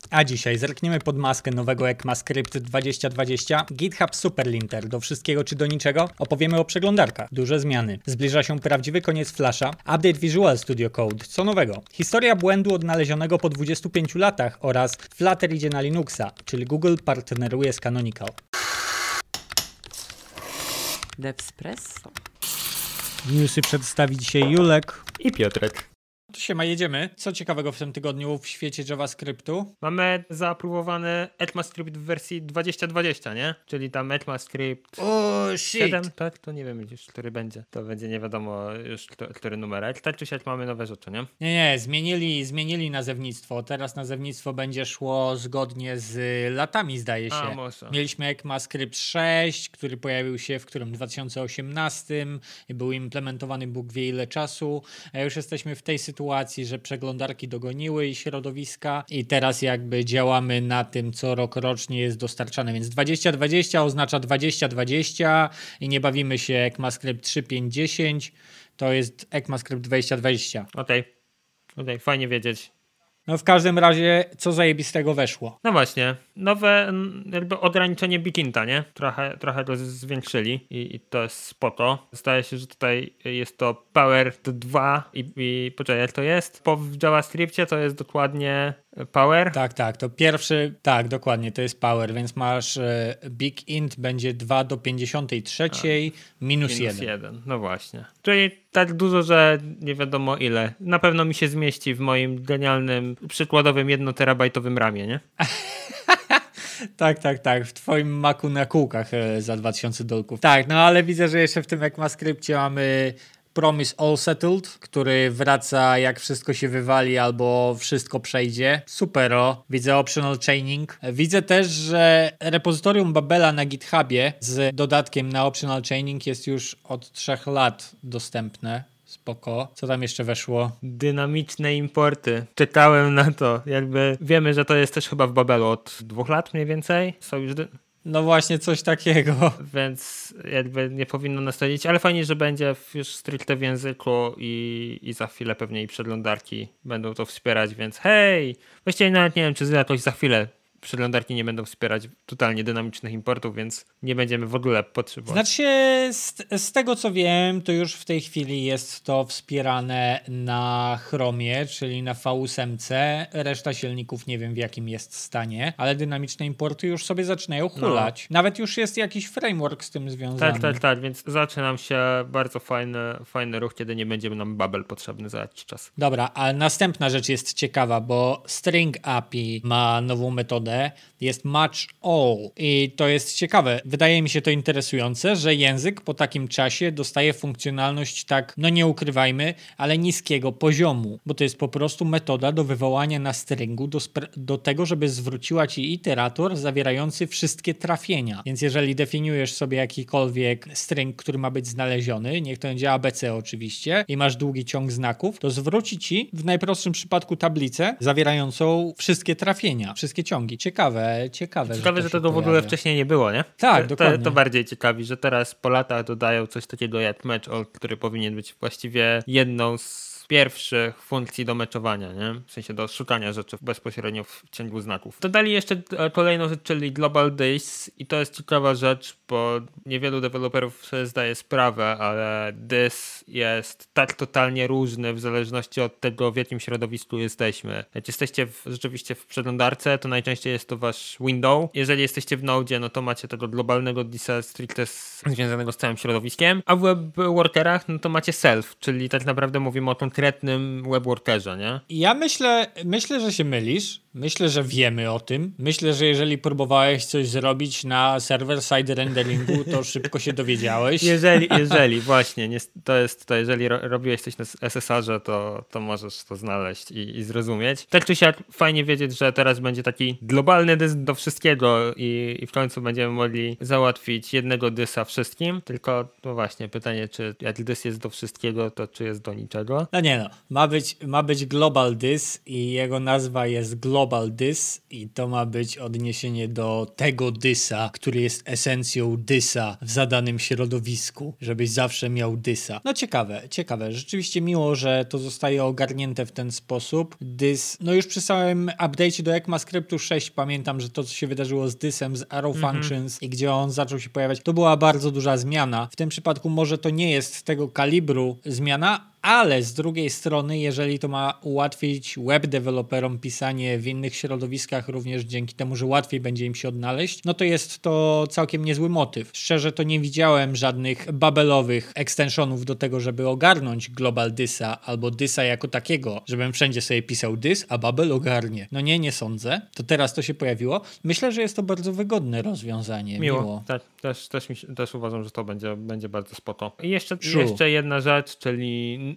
A dzisiaj zerkniemy pod maskę nowego ECMAScript 2020, GitHub Superlinter, do wszystkiego czy do niczego. Opowiemy o przeglądarkach, duże zmiany. Zbliża się prawdziwy koniec Flasha, update Visual Studio Code, co nowego. Historia błędu odnalezionego po 25 latach oraz Flutter idzie na Linuxa, czyli Google partneruje z Canonical. Devspresso. Newsy przedstawi dzisiaj Julek I Piotrek. Siema, jedziemy. Co ciekawego w tym tygodniu w świecie JavaScriptu? Mamy zaaprobowany ECMAScript w wersji 2020, nie? Czyli tam ECMAScript O, shit! 7, tak? To nie wiem już, który będzie. To będzie nie wiadomo już, który numerek. Tak czy siak mamy nowe rzeczy, nie? Nie, zmienili nazewnictwo. Teraz nazewnictwo będzie szło zgodnie z latami, zdaje się. A, może. Mieliśmy ECMAScript 6, który pojawił się w 2018 i był implementowany Bóg wie ile czasu. A już jesteśmy w tej sytuacji, że przeglądarki dogoniły i środowiska i teraz jakby działamy na tym, co rok rocznie jest dostarczane. Więc 2020 oznacza 2020 i nie bawimy się ECMAScript 3.5.10. To jest ECMAScript 2020. Okej, fajnie wiedzieć. No w każdym razie, co zajebistego weszło? No właśnie, nowe jakby ograniczenie bitinta, nie? Trochę to zwiększyli i to jest spoko. Zdaje się, że tutaj jest to Power 2 i poczekaj, jak to jest? W JavaScriptie to jest dokładnie Power? Tak, to pierwszy, tak, dokładnie, to jest Power, więc masz Big Int będzie 2 do 53 minus 1. No właśnie. Czyli tak dużo, że nie wiadomo ile. Na pewno mi się zmieści w moim genialnym, przykładowym 1 terabajtowym ramie, nie? Tak, w twoim maku na kółkach za 2000 dolków. Tak, no ale widzę, że jeszcze w tym ECMAScriptie mamy Promise All Settled, który wraca jak wszystko się wywali albo wszystko przejdzie. Supero. Widzę optional chaining. Widzę też, że repozytorium Babela na GitHubie z dodatkiem na optional chaining jest już od 3 lat dostępne. Spoko. Co tam jeszcze weszło? Dynamiczne importy. Czekałem na to. Jakby wiemy, że to jest też chyba w Babelu od 2 lat mniej więcej. Są już no właśnie coś takiego. Więc jakby nie powinno nastawić, ale fajnie, że będzie już stricte w języku i za chwilę pewnie i przeglądarki będą to wspierać, więc hej! Właściwie nawet nie wiem, czy jakoś za chwilę przeglądarki nie będą wspierać totalnie dynamicznych importów, więc nie będziemy w ogóle potrzebować. Znaczy się, z tego co wiem, to już w tej chwili jest to wspierane na Chromie, czyli na V8. Reszta silników nie wiem w jakim jest stanie, ale dynamiczne importy już sobie zaczynają hulać. No. Nawet już jest jakiś framework z tym związany. Tak, więc zacznie nam się bardzo fajny ruch, kiedy nie będzie nam Babel potrzebny za jakiś czas. Dobra, ale następna rzecz jest ciekawa, bo String API ma nową metodę, jest match all i to jest ciekawe. Wydaje mi się to interesujące, że język po takim czasie dostaje funkcjonalność tak, no nie ukrywajmy, ale niskiego poziomu, bo to jest po prostu metoda do wywołania na stringu do tego, żeby zwróciła ci iterator zawierający wszystkie trafienia. Więc jeżeli definiujesz sobie jakikolwiek string, który ma być znaleziony, niech to będzie ABC oczywiście i masz długi ciąg znaków, to zwróci ci w najprostszym przypadku tablicę zawierającą wszystkie trafienia, wszystkie ciągi. Ciekawe, że tego w ogóle wcześniej nie było, nie? Tak, dokładnie. To bardziej ciekawi, że teraz po latach dodają coś takiego jak match all, który powinien być właściwie jedną z pierwszych funkcji do meczowania, nie? W sensie do szukania rzeczy bezpośrednio w ciągu znaków. Dodali jeszcze kolejną rzecz, czyli Global This i to jest ciekawa rzecz, bo niewielu deweloperów sobie zdaje sprawę, ale this jest tak totalnie różny w zależności od tego, w jakim środowisku jesteśmy. Jak jesteście rzeczywiście w przeglądarce, to najczęściej jest to wasz window. Jeżeli jesteście w Node, no to macie tego globalnego disa stricte związanego z całym środowiskiem, a w webworkerach, no to macie self, czyli tak naprawdę mówimy o konkretnym webworkerze, nie? Ja myślę, że się mylisz. Myślę, że wiemy o tym. Myślę, że jeżeli próbowałeś coś zrobić na server-side renderingu, to szybko się dowiedziałeś. Jeżeli właśnie, to jest to, jeżeli robiłeś coś na SSR-ze, to możesz to znaleźć i zrozumieć. Tak czy siak fajnie wiedzieć, że teraz będzie taki globalny dys do wszystkiego i w końcu będziemy mogli załatwić jednego dysa wszystkim, tylko no właśnie pytanie, czy jak dys jest do wszystkiego, to czy jest do niczego? ma być Global Dys i jego nazwa jest Global Dys i to ma być odniesienie do tego dysa, który jest esencją dysa w zadanym środowisku, żebyś zawsze miał dysa. No ciekawe. Rzeczywiście miło, że to zostaje ogarnięte w ten sposób. Dys, no już przy samym update'cie do ECMAScriptu 6 pamiętam, że to co się wydarzyło z dysem, z arrow functions i gdzie on zaczął się pojawiać, to była bardzo duża zmiana. W tym przypadku może to nie jest tego kalibru zmiana, ale z drugiej strony, jeżeli to ma ułatwić web deweloperom pisanie w innych środowiskach, również dzięki temu, że łatwiej będzie im się odnaleźć, no to jest to całkiem niezły motyw. Szczerze to nie widziałem żadnych babelowych extensionów do tego, żeby ogarnąć Global Dysa albo Dysa jako takiego, żebym wszędzie sobie pisał Dys, a Babel ogarnie. No nie sądzę. To teraz to się pojawiło. Myślę, że jest to bardzo wygodne rozwiązanie. Miło. Tak, też uważam, że to będzie bardzo spoko. I jeszcze jedna rzecz, czyli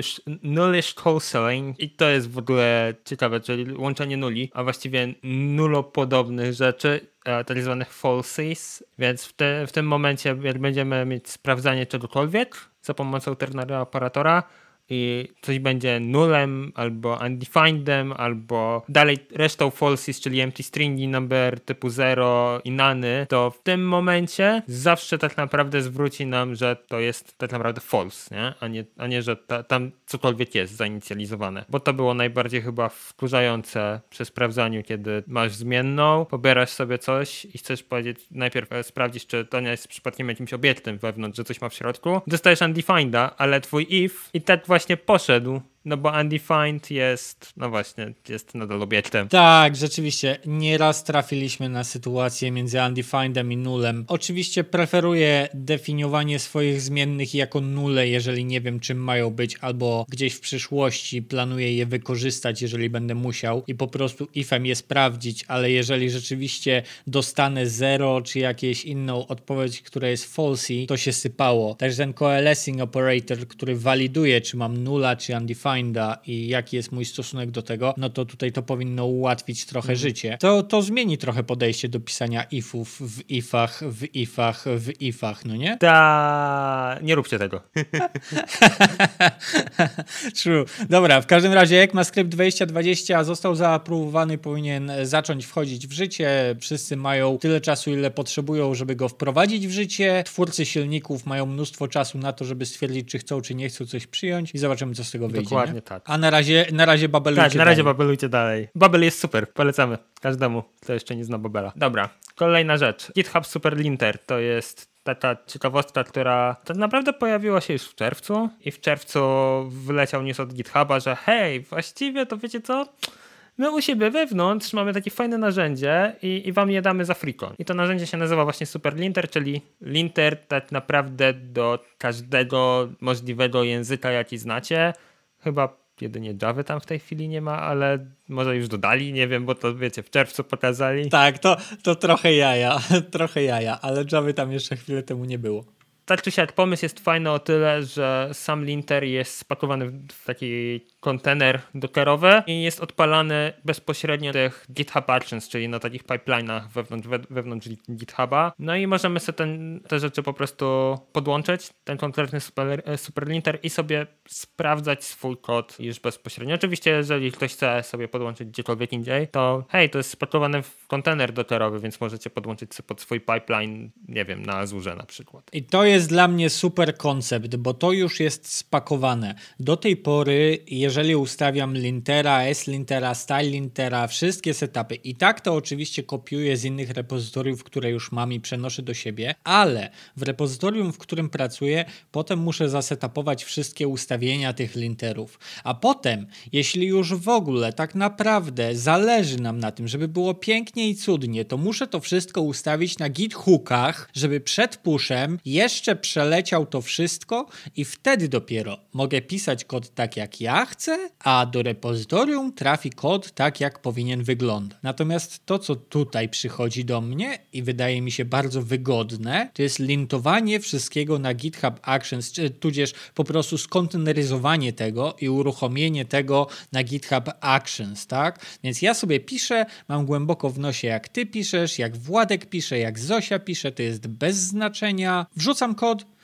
nullish wholesaling i to jest w ogóle ciekawe, czyli łączenie nuli, a właściwie nulopodobnych rzeczy, tak zwanych falsies, więc w tym momencie jak będziemy mieć sprawdzanie czegokolwiek za pomocą ternary operatora i coś będzie nullem, albo undefinedem, albo dalej resztą falsies, czyli empty stringi, number typu 0 i nany, to w tym momencie zawsze tak naprawdę zwróci nam, że to jest tak naprawdę false, nie? A nie że tam cokolwiek jest zainicjalizowane. Bo to było najbardziej chyba wkurzające przy sprawdzaniu, kiedy masz zmienną, pobierasz sobie coś i chcesz powiedzieć, najpierw sprawdzić, czy to nie jest przypadkiem jakimś obiektem wewnątrz, że coś ma w środku. Dostajesz undefineda, ale twój if i tak właśnie poszedł, no bo undefined jest nadal obiektem. Tak, rzeczywiście. Nieraz trafiliśmy na sytuację między undefinedem i nullem. Oczywiście preferuję definiowanie swoich zmiennych jako nulle, jeżeli nie wiem czym mają być, albo gdzieś w przyszłości planuję je wykorzystać, jeżeli będę musiał i po prostu ifem je sprawdzić, ale jeżeli rzeczywiście dostanę 0 czy jakieś inną odpowiedź, która jest false, to się sypało. Także ten coalescing operator, który waliduje, czy mam nulla, czy undefined i jaki jest mój stosunek do tego, no to tutaj to powinno ułatwić trochę życie. To zmieni trochę podejście do pisania ifów w ifach, no nie? Nie róbcie tego. True. Dobra, w każdym razie ECMAScript 2020 został zaaprobowany, powinien zacząć wchodzić w życie. Wszyscy mają tyle czasu, ile potrzebują, żeby go wprowadzić w życie. Twórcy silników mają mnóstwo czasu na to, żeby stwierdzić, czy chcą, czy nie chcą coś przyjąć i zobaczymy, co z tego wyjdzie. Dokładnie tak. A na razie babelujcie Tak, na razie babelujcie dalej. Babel jest super, polecamy każdemu, kto jeszcze nie zna Babela. Dobra, kolejna rzecz. GitHub Superlinter to jest taka ciekawostka, która tak naprawdę pojawiła się już w czerwcu i w czerwcu wyleciał news od GitHuba, że hej, właściwie to wiecie co? My u siebie wewnątrz mamy takie fajne narzędzie i wam je damy za friko. I to narzędzie się nazywa właśnie Superlinter, czyli linter tak naprawdę do każdego możliwego języka, jaki znacie. Chyba jedynie Java tam w tej chwili nie ma, ale może już dodali, nie wiem, bo to wiecie, w czerwcu pokazali. Tak, to trochę jaja, ale Java tam jeszcze chwilę temu nie było. Tak czy siak, pomysł jest fajny o tyle, że sam linter jest spakowany w taki kontener dockerowy i jest odpalany bezpośrednio w tych GitHub Actions, czyli na takich pipeline'ach wewnątrz GitHuba. No i możemy sobie te rzeczy po prostu podłączyć, ten konkretny superlinter i sobie sprawdzać swój kod już bezpośrednio. Oczywiście, jeżeli ktoś chce sobie podłączyć gdziekolwiek indziej, to hej, to jest spakowane w kontener dockerowy, więc możecie podłączyć sobie pod swój pipeline, nie wiem, na Azure na przykład. I to jest dla mnie super koncept, bo to już jest spakowane. Do tej pory, jeżeli ustawiam lintera, slintera, stylelintera, wszystkie setupy i tak to oczywiście kopiuję z innych repozytoriów, które już mam i przenoszę do siebie, ale w repozytorium, w którym pracuję, potem muszę zasetapować wszystkie ustawienia tych linterów. A potem, jeśli już w ogóle tak naprawdę zależy nam na tym, żeby było pięknie i cudnie, to muszę to wszystko ustawić na git hookach, żeby przed pushem jeszcze przeleciał to wszystko i wtedy dopiero mogę pisać kod tak jak ja chcę, a do repozytorium trafi kod tak jak powinien wyglądać. Natomiast to, co tutaj przychodzi do mnie i wydaje mi się bardzo wygodne, to jest lintowanie wszystkiego na GitHub Actions, czy tudzież po prostu skonteneryzowanie tego i uruchomienie tego na GitHub Actions, tak? Więc ja sobie piszę, mam głęboko w nosie jak ty piszesz, jak Władek pisze, jak Zosia pisze, to jest bez znaczenia. Wrzucam kod,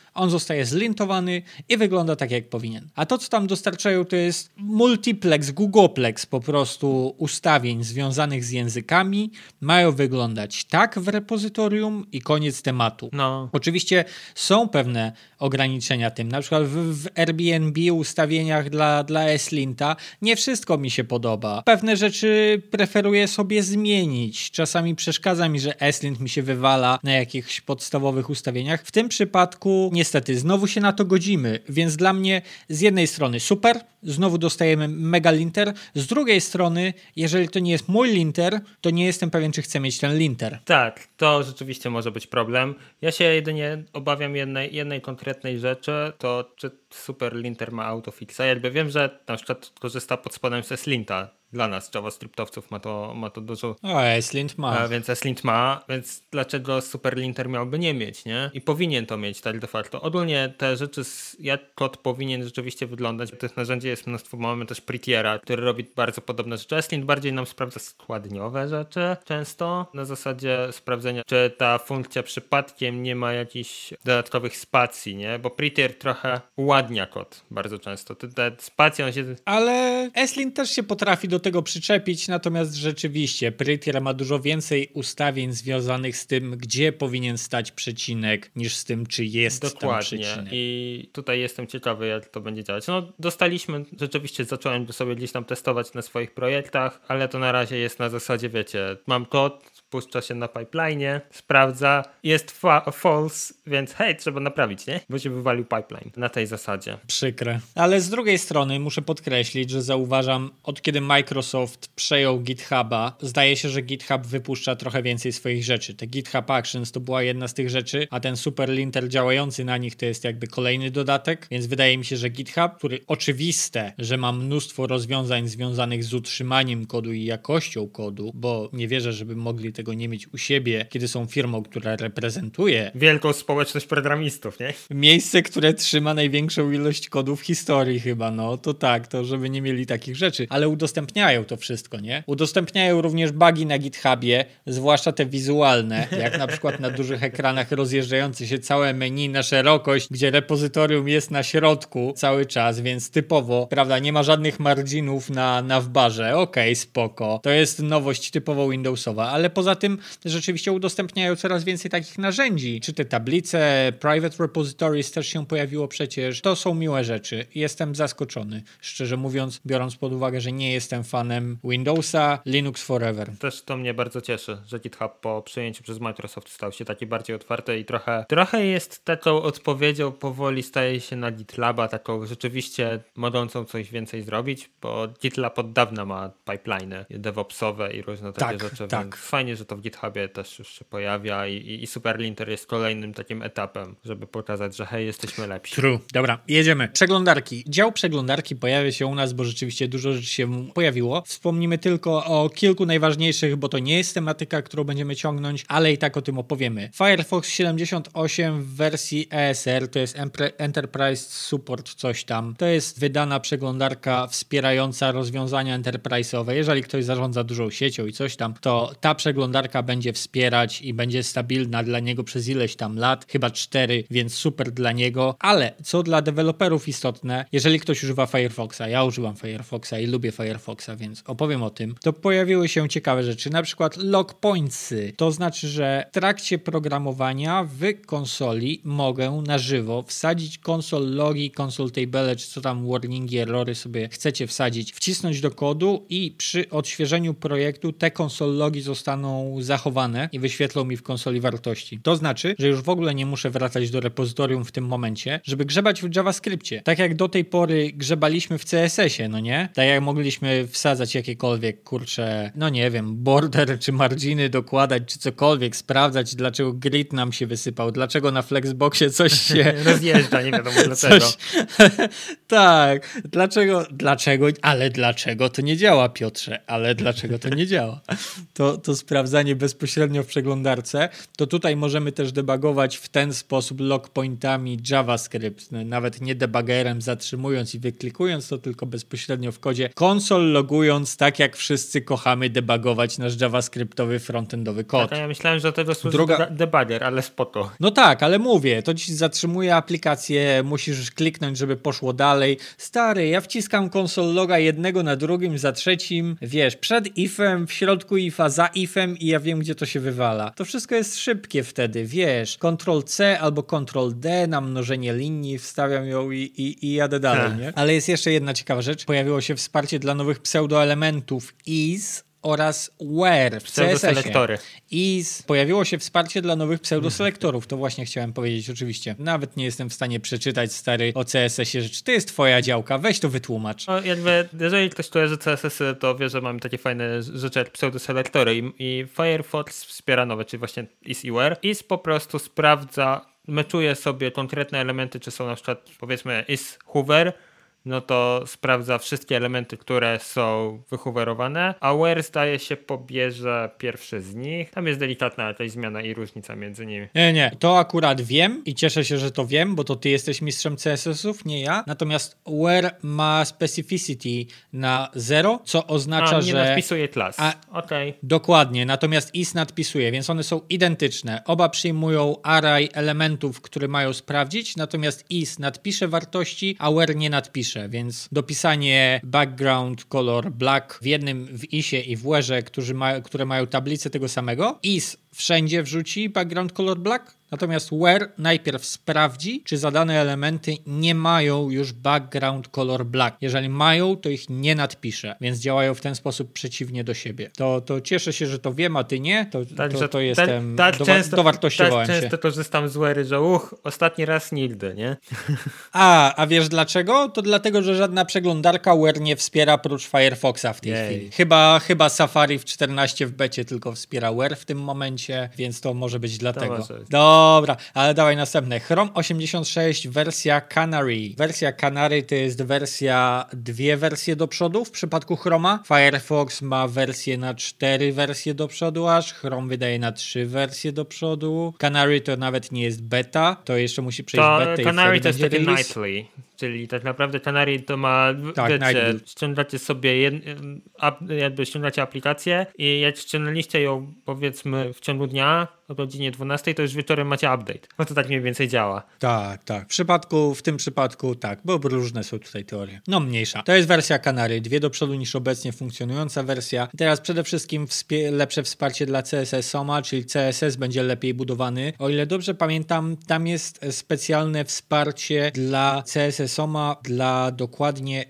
on zostaje zlintowany i wygląda tak, jak powinien. A to, co tam dostarczają, to jest multiplex, googleplex po prostu ustawień związanych z językami. Mają wyglądać tak w repozytorium i koniec tematu. No. Oczywiście są pewne ograniczenia tym. Na przykład w Airbnb ustawieniach dla S-Linta nie wszystko mi się podoba. Pewne rzeczy preferuję sobie zmienić. Czasami przeszkadza mi, że S-Lint mi się wywala na jakichś podstawowych ustawieniach. W tym przypadku niestety znowu się na to godzimy, więc dla mnie z jednej strony super, znowu dostajemy mega linter, z drugiej strony, jeżeli to nie jest mój linter, to nie jestem pewien, czy chcę mieć ten linter. Tak, to rzeczywiście może być problem. Ja się jedynie obawiam jednej konkretnej rzeczy, to czy super linter ma autofixa. Jakby wiem, że na przykład korzysta pod spodem z S-Linta. Dla nas, JavaScriptowców, ma to dużo. O, S-Lint ma. Więc S-Lint ma, więc dlaczego superlinter miałby nie mieć, nie? I powinien to mieć tak de facto. Ogólnie te rzeczy, jak kod powinien rzeczywiście wyglądać, tych narzędzi jest mnóstwo. Mamy też Prettiera, który robi bardzo podobne rzeczy. S-Lint bardziej nam sprawdza składniowe rzeczy często, na zasadzie sprawdzenia, czy ta funkcja przypadkiem nie ma jakichś dodatkowych spacji, nie? Bo Prettier trochę uładnia kod bardzo często. Te spacje, on się... Ale S-Lint też się potrafi do tego przyczepić, natomiast rzeczywiście Prettier ma dużo więcej ustawień związanych z tym, gdzie powinien stać przecinek, niż z tym, czy jest tam przecinek. Dokładnie. I tutaj jestem ciekawy, jak to będzie działać. No, rzeczywiście zacząłem sobie gdzieś tam testować na swoich projektach, ale to na razie jest na zasadzie, wiecie, mam kod, puszcza się na pipeline, sprawdza, jest false, więc hej, trzeba naprawić, nie? Bo się wywalił pipeline. Na tej zasadzie. Przykre. Ale z drugiej strony muszę podkreślić, że zauważam, od kiedy Microsoft przejął GitHuba, zdaje się, że GitHub wypuszcza trochę więcej swoich rzeczy. Te GitHub Actions to była jedna z tych rzeczy, a ten superlinter działający na nich to jest jakby kolejny dodatek, więc wydaje mi się, że GitHub, który oczywiste, że ma mnóstwo rozwiązań związanych z utrzymaniem kodu i jakością kodu, bo nie wierzę, żeby mogli tego nie mieć u siebie, kiedy są firmą, która reprezentuje wielką społeczność programistów, nie? miejsce, które trzyma największą ilość kodu w historii chyba, no to tak, to żeby nie mieli takich rzeczy, ale udostępniają to wszystko, nie? Udostępniają również bugi na GitHubie, zwłaszcza te wizualne, jak na przykład na dużych ekranach rozjeżdżające się całe menu na szerokość, gdzie repozytorium jest na środku cały czas, więc typowo, prawda, nie ma żadnych marginów na wbarze, okej, spoko. To jest nowość typowo Windowsowa, ale poza tym rzeczywiście udostępniają coraz więcej takich narzędzi, czy te tablice, private repositories też się pojawiło przecież. To są miłe rzeczy. Jestem zaskoczony, szczerze mówiąc, biorąc pod uwagę, że nie jestem fanem Windowsa, Linux forever. Też to mnie bardzo cieszy, że GitHub po przejęciu przez Microsoft stał się taki bardziej otwarty i trochę jest taką odpowiedzią, powoli staje się na GitLaba, taką rzeczywiście mogącą coś więcej zrobić, bo GitLab od dawna ma pipeliny DevOpsowe i różne takie rzeczy, więc fajnie, że to w GitHubie też już się pojawia i superlinter jest kolejnym takim etapem, żeby pokazać, że hej, jesteśmy lepsi. True. Dobra, jedziemy. Przeglądarki. Dział przeglądarki pojawia się u nas, bo rzeczywiście dużo rzeczy się pojawiło. Wspomnimy tylko o kilku najważniejszych, bo to nie jest tematyka, którą będziemy ciągnąć, ale i tak o tym opowiemy. Firefox 78 w wersji ESR, to jest Enterprise Support coś tam. To jest wydana przeglądarka wspierająca rozwiązania enterprise'owe. Jeżeli ktoś zarządza dużą siecią i coś tam, to ta przeglądarka będzie wspierać i będzie stabilna dla niego przez ileś tam lat, chyba 4, więc super dla niego, ale co dla deweloperów istotne, jeżeli ktoś używa Firefoxa, ja używam Firefoxa i lubię Firefoxa, więc opowiem o tym, to pojawiły się ciekawe rzeczy, na przykład log pointsy. To znaczy, że w trakcie programowania w konsoli mogę na żywo wsadzić console logi, console table, czy co tam warningi, errory sobie chcecie wsadzić, wcisnąć do kodu i przy odświeżeniu projektu te console logi zostaną zachowane i wyświetlą mi w konsoli wartości. To znaczy, że już w ogóle nie muszę wracać do repozytorium w tym momencie, żeby grzebać w JavaScriptie. Tak jak do tej pory grzebaliśmy w CSS-ie, no nie? Tak jak mogliśmy wsadzać jakiekolwiek, kurczę, no nie wiem, border czy marginy dokładać, czy cokolwiek, sprawdzać, dlaczego grid nam się wysypał, dlaczego na Flexboxie coś się rozjeżdża, nie wiadomo dlaczego. Tak, dlaczego to nie działa, Piotrze, ale dlaczego to nie działa? To sprawdzanie bezpośrednio w przeglądarce, to tutaj możemy też debugować w ten sposób log pointami JavaScript, nawet nie debuggerem zatrzymując i wyklikując to, tylko bezpośrednio w kodzie console logując, tak jak wszyscy kochamy debugować nasz javascriptowy frontendowy kod. Tak, a ja myślałem, że do tego służy Druga- debugger, ale spoko. No tak, ale mówię, to ci zatrzymuje aplikację, musisz kliknąć, żeby poszło dalej. Stary, ja wciskam console loga jednego na drugim, za trzecim, wiesz, przed ifem, w środku ifa, za ifem i ja wiem, gdzie to się wywala. To wszystko jest szybkie wtedy, wiesz, Ctrl-C albo Ctrl-D na mnożenie linii, wstawiam ją i jadę dalej, nie? Ale jest jeszcze jedna ciekawa rzecz. Pojawiło się wsparcie dla nowych pseudoelementów is oraz where w CSS-ie. Pseudoselektory. Pojawiło się wsparcie dla nowych pseudoselektorów. To właśnie chciałem powiedzieć, oczywiście. Nawet nie jestem w stanie przeczytać, stary, o CSS-ie rzeczy. To jest twoja działka, weź to wytłumacz. No, jakby, jeżeli ktoś kojarzy CSS-y, to wie, że mamy takie fajne rzeczy jak pseudoselektory i Firefox wspiera nowe, czyli właśnie is i where. Is po prostu sprawdza, meczuje sobie konkretne elementy, czy są na przykład, powiedzmy, is hover, no to sprawdza wszystkie elementy, które są wyhoverowane, a where zdaje się pobierze pierwszy z nich. Tam jest delikatna jakaś zmiana i różnica między nimi. Nie, to akurat wiem i cieszę się, że to wiem, bo to ty jesteś mistrzem CSS-ów, nie ja. Natomiast where ma specificity na 0, co oznacza, nie że... nadpisuje klas. Okej. Dokładnie, natomiast is nadpisuje, więc one są identyczne. Oba przyjmują array elementów, które mają sprawdzić, natomiast is nadpisze wartości, a where nie nadpisze, więc dopisanie background color black w jednym w isie i w where'ze, które mają tablicę tego samego, is wszędzie wrzuci background color black, natomiast where najpierw sprawdzi, czy zadane elementy nie mają już background color black. Jeżeli mają, to ich nie nadpisze, więc działają w ten sposób przeciwnie do siebie. To cieszę się, że to wiem, a ty nie, to jestem, dowartościowałem się. Często korzystam z where'y, że ostatni raz nigdy, nie? A wiesz dlaczego? To dlatego, że żadna przeglądarka where nie wspiera prócz Firefoxa w tej chwili. Chyba Safari w 14 w becie tylko wspiera where w tym momencie, więc to może być dlatego. Dobra, ale dawaj następne. Chrome 86 wersja Canary. Wersja Canary to jest dwie wersje do przodu w przypadku Chroma. Firefox ma wersję na 4 wersje do przodu aż. Chrome wydaje na 3 wersje do przodu. Canary to nawet nie jest beta, to jeszcze musi przejść betę. Canary to jest taki release. nightly. Czyli tak naprawdę Canary to ma, wiecie, ściągacie sobie ściągacie aplikację i jak ściągnęliście ją, powiedzmy, w ciągu dnia o godzinie 12, to już wieczorem macie update. No to tak mniej więcej działa. Tak. W tym przypadku tak, bo różne są tutaj teorie. No mniejsza. To jest wersja Canary, 2 do przodu niż obecnie funkcjonująca wersja. Teraz przede wszystkim lepsze wsparcie dla CSS-OMA, czyli CSS będzie lepiej budowany. O ile dobrze pamiętam, tam jest specjalne wsparcie dla CSS-OMA, dla dokładnie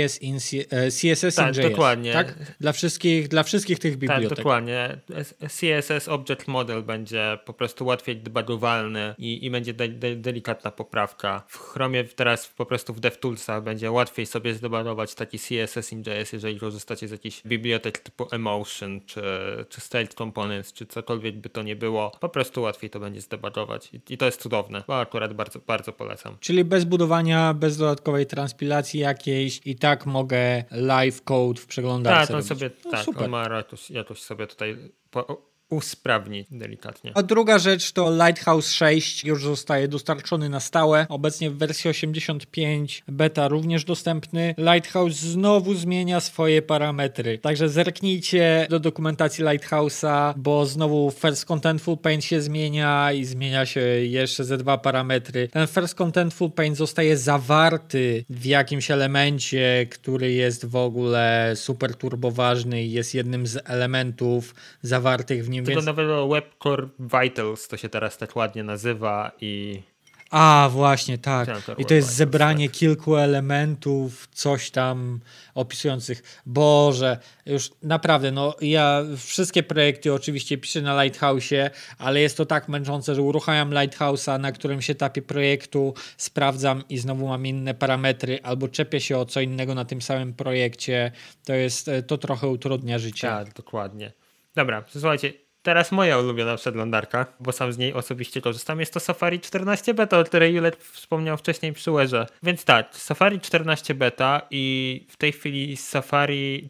CSS tak, in JS. Dokładnie. Tak? Dla wszystkich tych bibliotek. Tak, dokładnie. CSS Object Model będzie po prostu łatwiej debugowalny i będzie delikatna poprawka. W Chromie teraz po prostu w DevToolsach będzie łatwiej sobie zdebugować taki CSS in JS, jeżeli korzystacie z jakichś bibliotek typu Emotion, czy Styled Components, czy cokolwiek by to nie było. Po prostu łatwiej to będzie zdebugować. I to jest cudowne. Bo akurat bardzo, bardzo polecam. Czyli bez budowania, bez dodatkowej transpilacji jakiejś i tak mogę live code w przeglądarce robić. On ma jakoś sobie tutaj usprawnić delikatnie. A druga rzecz to Lighthouse 6 już zostaje dostarczony na stałe. Obecnie w wersji 85 beta również dostępny. Lighthouse znowu zmienia swoje parametry. Także zerknijcie do dokumentacji Lighthouse'a, bo znowu First Contentful Paint się zmienia i zmienia się jeszcze ze 2 parametry. Ten First Contentful Paint zostaje zawarty w jakimś elemencie, który jest w ogóle super turboważny i jest jednym z elementów zawartych w nim. Tego nowego Web Core Vitals to się teraz tak ładnie nazywa i... Właśnie, tak. I to jest zebranie kilku elementów, coś tam opisujących. Boże, już naprawdę, ja wszystkie projekty oczywiście piszę na Lighthouse'ie, ale jest to tak męczące, że uruchamiam Lighthouse'a na którymś etapie projektu, sprawdzam i znowu mam inne parametry, albo czepię się o co innego na tym samym projekcie. To trochę utrudnia życie. Tak, dokładnie. Dobra, słuchajcie, teraz moja ulubiona przeglądarka, bo sam z niej osobiście korzystam, jest to Safari 14 Beta, o której Julek wspomniał wcześniej przy Wearze. Więc tak, Safari 14 Beta i w tej chwili Safari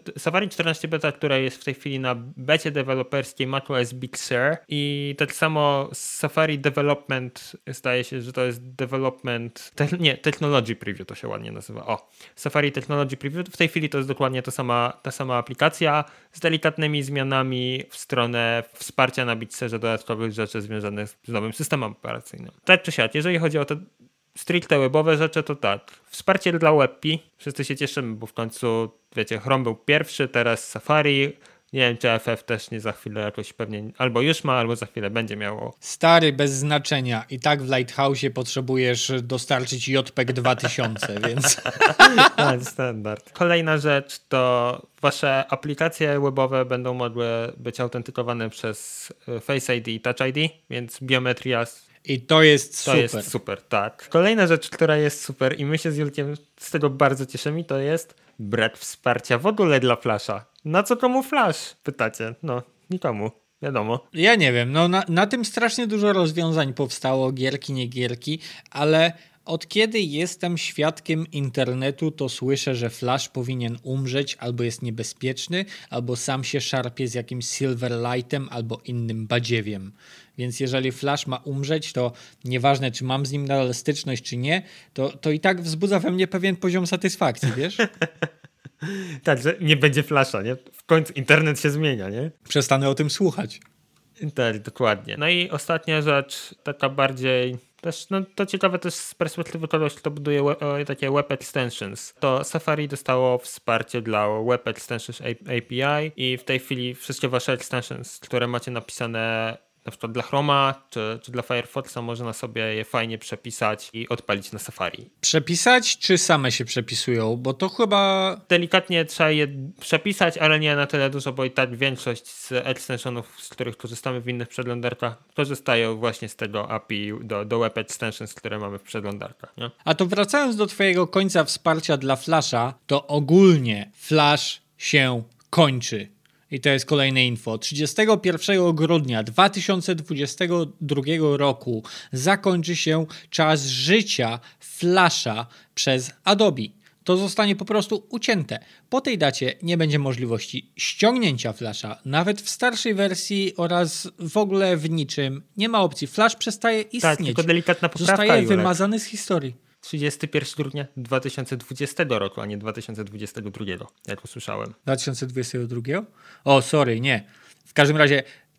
14 Beta, która jest w tej chwili na becie deweloperskiej macOS Big Sur i tak samo Safari Development, zdaje się, że to jest Development, Technology Preview to się ładnie nazywa. Safari Technology Preview, w tej chwili to jest dokładnie ta sama aplikacja z delikatnymi zmianami w stronę wsparcia na Big Surze dodatkowych rzeczy związanych z nowym systemem operacyjnym. Tak czy siak, jeżeli chodzi o te stricte webowe rzeczy, to tak. Wsparcie dla WebP. Wszyscy się cieszymy, bo w końcu, wiecie, Chrome był pierwszy, teraz Safari. Nie wiem, czy FF też nie za chwilę jakoś pewnie albo już ma, albo za chwilę będzie miało. Stary, bez znaczenia. I tak w Lighthouse'ie potrzebujesz dostarczyć JPEG 2000, więc... Standard. Kolejna rzecz to wasze aplikacje webowe będą mogły być autentykowane przez Face ID i Touch ID, więc biometria... I to jest super. To jest super, tak. Kolejna rzecz, która jest super i my się z Julkiem z tego bardzo cieszymy, to jest brak wsparcia w ogóle dla Flasha. Na co komu Flash? Pytacie. No, nikomu. Wiadomo. Ja nie wiem, no na tym strasznie dużo rozwiązań powstało, gierki, nie gierki, ale od kiedy jestem świadkiem internetu, to słyszę, że Flash powinien umrzeć, albo jest niebezpieczny, albo sam się szarpie z jakimś Silverlightem, albo innym badziewiem. Więc jeżeli Flash ma umrzeć, to nieważne, czy mam z nim nadal styczność, czy nie, to i tak wzbudza we mnie pewien poziom satysfakcji, wiesz? Tak, że nie będzie Flasha, nie? W końcu internet się zmienia, nie? Przestanę o tym słuchać. Tak, dokładnie. No i ostatnia rzecz, taka bardziej... Też, no to ciekawe też z perspektywy kogoś, kto buduje takie web extensions. To Safari dostało wsparcie dla web extensions API i w tej chwili wszystkie wasze extensions, które macie napisane na przykład dla Chroma czy dla Firefoxa, można sobie je fajnie przepisać i odpalić na Safari. Przepisać, czy same się przepisują? Bo to chyba... Delikatnie trzeba je przepisać, ale nie na tyle dużo, bo i tak większość z extensionów, z których korzystamy w innych przeglądarkach, korzystają właśnie z tego API do web extensions, które mamy w przeglądarkach. Nie? A to wracając do twojego końca wsparcia dla Flasha, to ogólnie Flash się kończy. I to jest kolejne info. 31 grudnia 2022 roku zakończy się czas życia Flasha przez Adobe. To zostanie po prostu ucięte. Po tej dacie nie będzie możliwości ściągnięcia Flasha, nawet w starszej wersji oraz w ogóle w niczym. Nie ma opcji. Flash przestaje istnieć. Tak, tylko delikatna poprawka. Zostaje wymazany z historii. 31 grudnia 2020 roku, a nie 2022, jak usłyszałem. 2022? O, sorry, nie. W każdym razie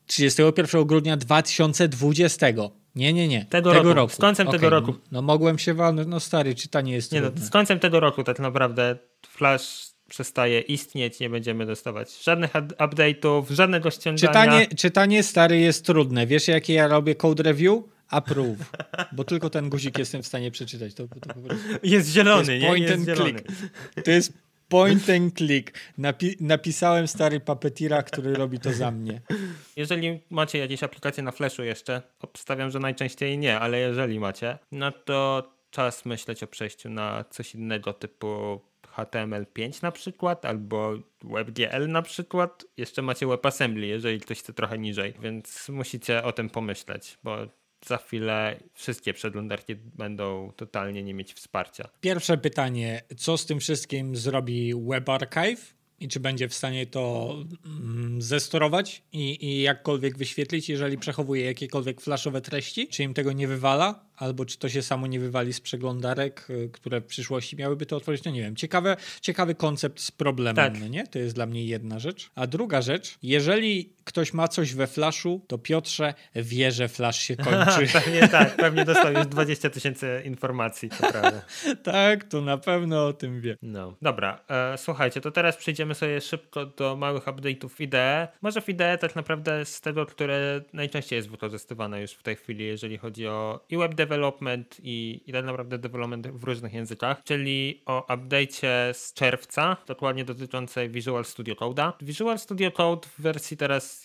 31 grudnia 2020. Nie. Tego roku. Z końcem tego roku. No mogłem się walnąć. No stary, czytanie jest nie, trudne. Z końcem tego roku tak naprawdę Flash przestaje istnieć, nie będziemy dostawać żadnych update'ów, żadnego ściągania. Czytanie stary jest trudne. Wiesz, jakie ja robię code review? Approve. Bo tylko ten guzik jestem w stanie przeczytać. To po prostu... Jest zielony, to jest point nie? And click. To jest point and click. Napisałem stary Puppeteera, który robi to za mnie. Jeżeli macie jakieś aplikacje na Flashu jeszcze, obstawiam, że najczęściej nie, ale jeżeli macie, no to czas myśleć o przejściu na coś innego typu HTML5 na przykład, albo WebGL na przykład. Jeszcze macie WebAssembly, jeżeli ktoś chce trochę niżej, więc musicie o tym pomyśleć, bo za chwilę wszystkie przeglądarki będą totalnie nie mieć wsparcia. Pierwsze pytanie, co z tym wszystkim zrobi WebArchive i czy będzie w stanie to zestorować i jakkolwiek wyświetlić, jeżeli przechowuje jakiekolwiek flashowe treści? Czy im tego nie wywala? Albo czy to się samo nie wywali z przeglądarek, które w przyszłości miałyby to otworzyć? No nie wiem. Ciekawy koncept z problemem, tak. No nie? To jest dla mnie jedna rzecz. A druga rzecz, jeżeli ktoś ma coś we Flashu, to Piotrze wie, że Flash się kończy. Pewnie dostał już 20 000 informacji, to prawda. Tak, to na pewno o tym wie. No. Dobra, słuchajcie, to teraz przejdziemy sobie szybko do małych update'ów w IDE. Może w IDE tak naprawdę z tego, które najczęściej jest wykorzystywane już w tej chwili, jeżeli chodzi o i web development i tak naprawdę development w różnych językach, czyli o update'cie z czerwca, dokładnie dotyczącej Visual Studio Code'a. Visual Studio Code w wersji teraz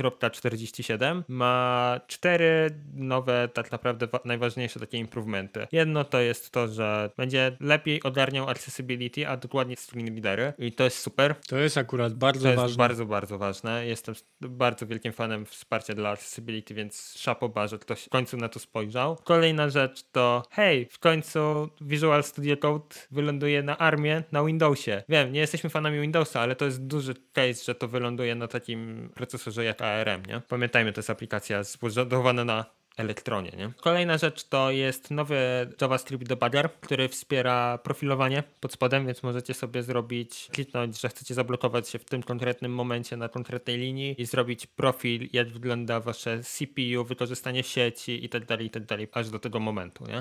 1.47 ma 4 nowe, tak naprawdę najważniejsze takie improvementy. Jedno to jest to, że będzie lepiej ogarniał accessibility, a dokładnie screen readery i to jest super. To jest akurat bardzo ważne. To jest bardzo, bardzo ważne. Jestem bardzo wielkim fanem wsparcia dla accessibility, więc szapoba, że ktoś w końcu na to spojrzał. Kolejna rzecz to w końcu Visual Studio Code wyląduje na ARMie na Windowsie. Wiem, nie jesteśmy fanami Windowsa, ale to jest duży case, że to wyląduje na takim procesorze jak ARM, nie? Pamiętajmy, to jest aplikacja zbudowana na Elektronie, nie? Kolejna rzecz to jest nowy JavaScript debugger, który wspiera profilowanie pod spodem, więc możecie sobie kliknąć, że chcecie zablokować się w tym konkretnym momencie na konkretnej linii i zrobić profil, jak wygląda wasze CPU, wykorzystanie sieci i tak dalej, aż do tego momentu, nie?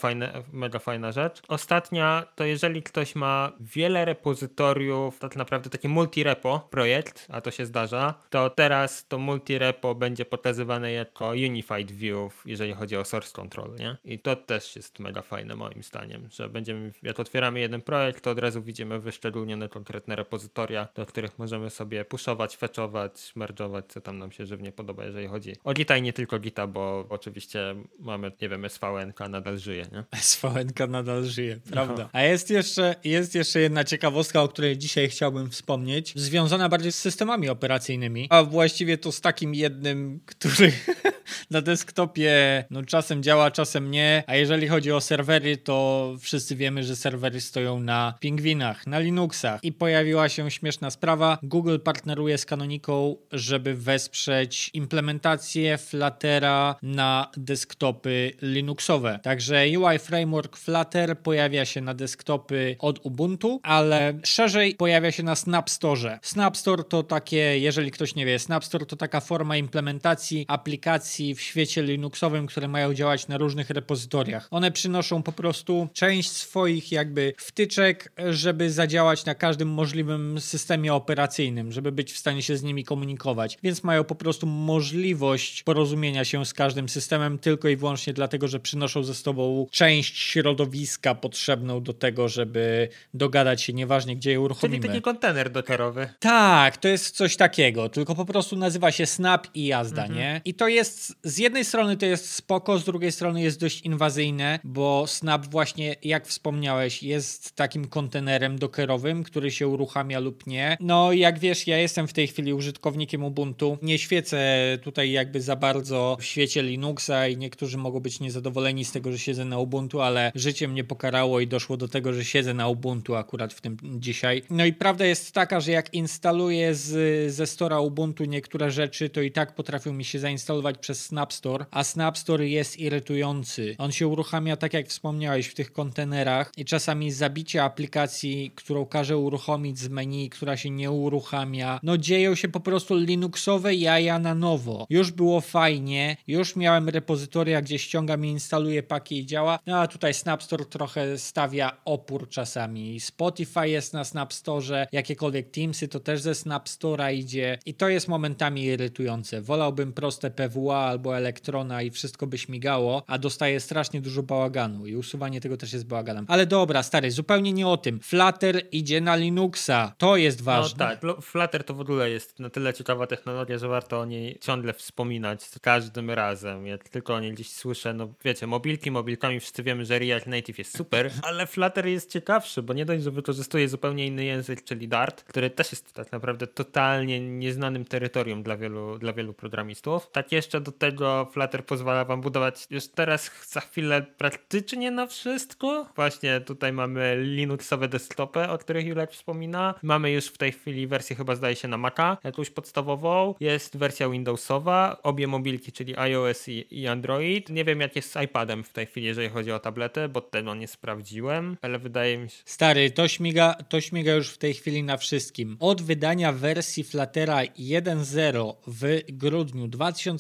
Mega fajna rzecz. Ostatnia to jeżeli ktoś ma wiele repozytoriów, tak naprawdę taki multi-repo projekt, a to się zdarza, to teraz to multi-repo będzie pokazywane jako Unified View, jeżeli chodzi o source control, nie? I to też jest mega fajne moim zdaniem, że jak otwieramy jeden projekt, to od razu widzimy wyszczególnione konkretne repozytoria, do których możemy sobie pushować, fetchować, merge'ować, co tam nam się żywnie podoba, jeżeli chodzi o Gita i nie tylko Gita, bo oczywiście mamy, nie wiem, SVN-ka nadal żyje, nie? SVN-ka nadal żyje, prawda? A jest jeszcze jedna ciekawostka, o której dzisiaj chciałbym wspomnieć, związana bardziej z systemami operacyjnymi, a właściwie to z takim jednym, który na desktopie czasem działa, czasem nie, a jeżeli chodzi o serwery, to wszyscy wiemy, że serwery stoją na pingwinach, na Linuxach i pojawiła się śmieszna sprawa. Google partneruje z Canonicą, żeby wesprzeć implementację Fluttera na desktopy Linuxowe. Także UI Framework Flutter pojawia się na desktopy od Ubuntu, ale szerzej pojawia się na Snap Store. Snap Store to takie, jeżeli ktoś nie wie, Snap Store to taka forma implementacji aplikacji w świecie Linuxowym, które mają działać na różnych repozytoriach. One przynoszą po prostu część swoich jakby wtyczek, żeby zadziałać na każdym możliwym systemie operacyjnym, żeby być w stanie się z nimi komunikować. Więc mają po prostu możliwość porozumienia się z każdym systemem tylko i wyłącznie dlatego, że przynoszą ze sobą część środowiska potrzebną do tego, żeby dogadać się, nieważnie gdzie je uruchomimy. Czyli taki kontener dockerowy. Tak, to jest coś takiego, tylko po prostu nazywa się Snap i jazda, nie? I to jest, z jednej strony to jest spoko, z drugiej strony jest dość inwazyjne, bo Snap właśnie, jak wspomniałeś, jest takim kontenerem dockerowym, który się uruchamia lub nie. No jak wiesz, ja jestem w tej chwili użytkownikiem Ubuntu. Nie świecę tutaj jakby za bardzo w świecie Linuxa i niektórzy mogą być niezadowoleni z tego, że siedzę na Ubuntu, ale życie mnie pokarało i doszło do tego, że siedzę na Ubuntu akurat w tym dzisiaj. No i prawda jest taka, że jak instaluję ze Store'a Ubuntu niektóre rzeczy, to i tak potrafią mi się zainstalować przez Snap Store, a Snap Store jest irytujący. On się uruchamia, tak jak wspomniałeś, w tych kontenerach i czasami zabicie aplikacji, którą każe uruchomić z menu, która się nie uruchamia. No dzieją się po prostu linuxowe jaja na nowo. Już było fajnie, już miałem repozytoria, gdzie ściągam i instaluję paki i działa, no a tutaj Snap Store trochę stawia opór czasami. Spotify jest na Snap Store, jakiekolwiek Teamsy to też ze Snap Store'a idzie i to jest momentami irytujące. Wolałbym proste PWA albo Elektrona i wszystko by śmigało, a dostaję strasznie dużo bałaganu i usuwanie tego też jest bałaganem. Ale dobra, stary, zupełnie nie o tym. Flutter idzie na Linuxa. To jest ważne. No tak, Flutter to w ogóle jest na tyle ciekawa technologia, że warto o niej ciągle wspominać za każdym razem. Jak tylko o niej gdzieś słyszę, no wiecie, mobilkami wszyscy wiemy, że React Native jest super, ale Flutter jest ciekawszy, bo nie dość, że wykorzystuje zupełnie inny język, czyli Dart, który też jest tak naprawdę totalnie nieznanym terytorium dla wielu programistów. Tak jeszcze do tego Flutter pozwala wam budować już teraz za chwilę praktycznie na wszystko. Właśnie tutaj mamy Linuxowe desktopy, o których Julek wspomina. Mamy już w tej chwili wersję chyba zdaje się na Maca, jakąś podstawową. Jest wersja Windowsowa, obie mobilki, czyli iOS i Android. Nie wiem jak jest z iPadem w tej chwili, jeżeli chodzi o tablety, bo tego nie sprawdziłem, ale wydaje mi się... Stary, to śmiga już w tej chwili na wszystkim. Od wydania wersji Fluttera 1.0 w grudniu 2018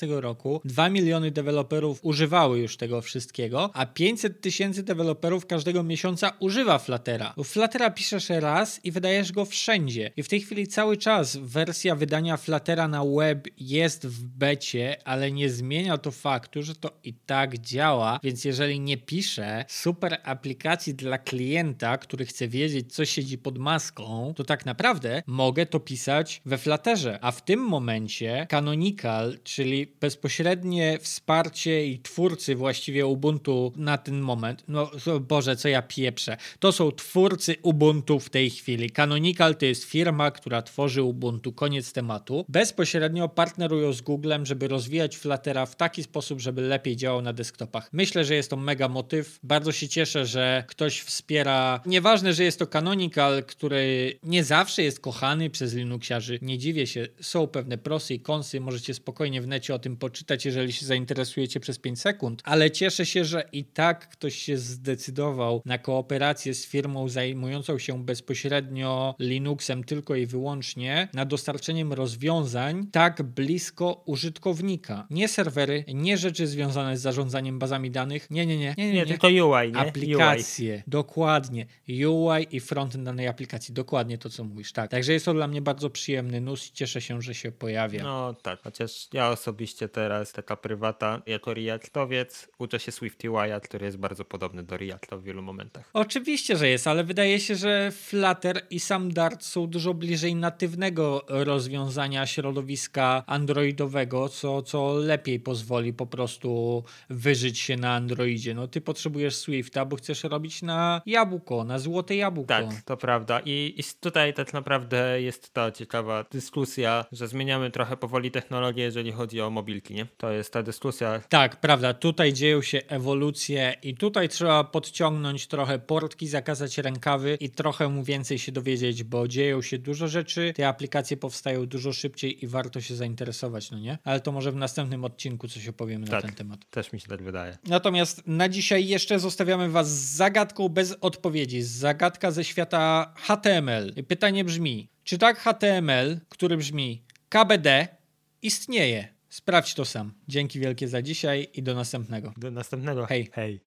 2018 roku 2 miliony deweloperów używały już tego wszystkiego, a 500 tysięcy deweloperów każdego miesiąca używa Fluttera. Bo Fluttera piszesz raz i wydajesz go wszędzie. I w tej chwili cały czas wersja wydania Fluttera na web jest w becie, ale nie zmienia to faktu, że to i tak działa, więc jeżeli nie piszę super aplikacji dla klienta, który chce wiedzieć, co siedzi pod maską, to tak naprawdę mogę to pisać we Flutterze. A w tym momencie Canonical, czyli bezpośrednie wsparcie i twórcy właściwie Ubuntu na ten moment, no Boże, co ja pieprzę, to są twórcy Ubuntu w tej chwili. Canonical to jest firma, która tworzy Ubuntu, koniec tematu. Bezpośrednio partnerują z Googlem, żeby rozwijać Fluttera w taki sposób, żeby lepiej działał na desktopach. Myślę, że jest to mega motyw. Bardzo się cieszę, że ktoś wspiera. Nieważne, że jest to Canonical, który nie zawsze jest kochany przez Linuxiarzy. Nie dziwię się, są pewne prosy i konsy. Możecie spokojnie w necie o tym poczytać, jeżeli się zainteresujecie przez 5 sekund. Ale cieszę się, że i tak ktoś się zdecydował na kooperację z firmą zajmującą się bezpośrednio Linuxem tylko i wyłącznie, na dostarczeniem rozwiązań tak blisko użytkownika. Nie serwery, nie rzeczy związane z zarządzaniem bazami danych. Nie, tylko UI, nie? Aplikacje. UI. Dokładnie. UI i frontend danej aplikacji. Dokładnie to, co mówisz. Tak. Także jest to dla mnie bardzo przyjemny news i cieszę się, że się pojawia. No tak, chociaż ja osobiście teraz, taka prywata, jako Reactowiec, uczę się SwiftUI'a, który jest bardzo podobny do Reacta w wielu momentach. Oczywiście, że jest, ale wydaje się, że Flutter i sam Dart są dużo bliżej natywnego rozwiązania środowiska androidowego, co lepiej pozwoli po prostu wyżyć się na Androidzie. No ty potrzebujesz Swifta, bo chcesz robić na jabłko, na złote jabłko. Tak, to prawda. I tutaj tak naprawdę jest ta ciekawa dyskusja, że zmieniamy trochę powoli technologię, jeżeli chodzi o mobilki, nie? To jest ta dyskusja. Tak, prawda. Tutaj dzieją się ewolucje i tutaj trzeba podciągnąć trochę portki, zakazać rękawy i trochę mu więcej się dowiedzieć, bo dzieją się dużo rzeczy, te aplikacje powstają dużo szybciej i warto się zainteresować, no nie? Ale to może w następnym odcinku coś opowiemy na ten temat. Też mi się tak wydaje. Natomiast na dzisiaj jeszcze zostawiamy was z zagadką bez odpowiedzi. Zagadka ze świata HTML. I pytanie brzmi, czy tak HTML, który brzmi KBD, istnieje? Sprawdź to sam. Dzięki wielkie za dzisiaj i do następnego. Do następnego. Hej. Hej.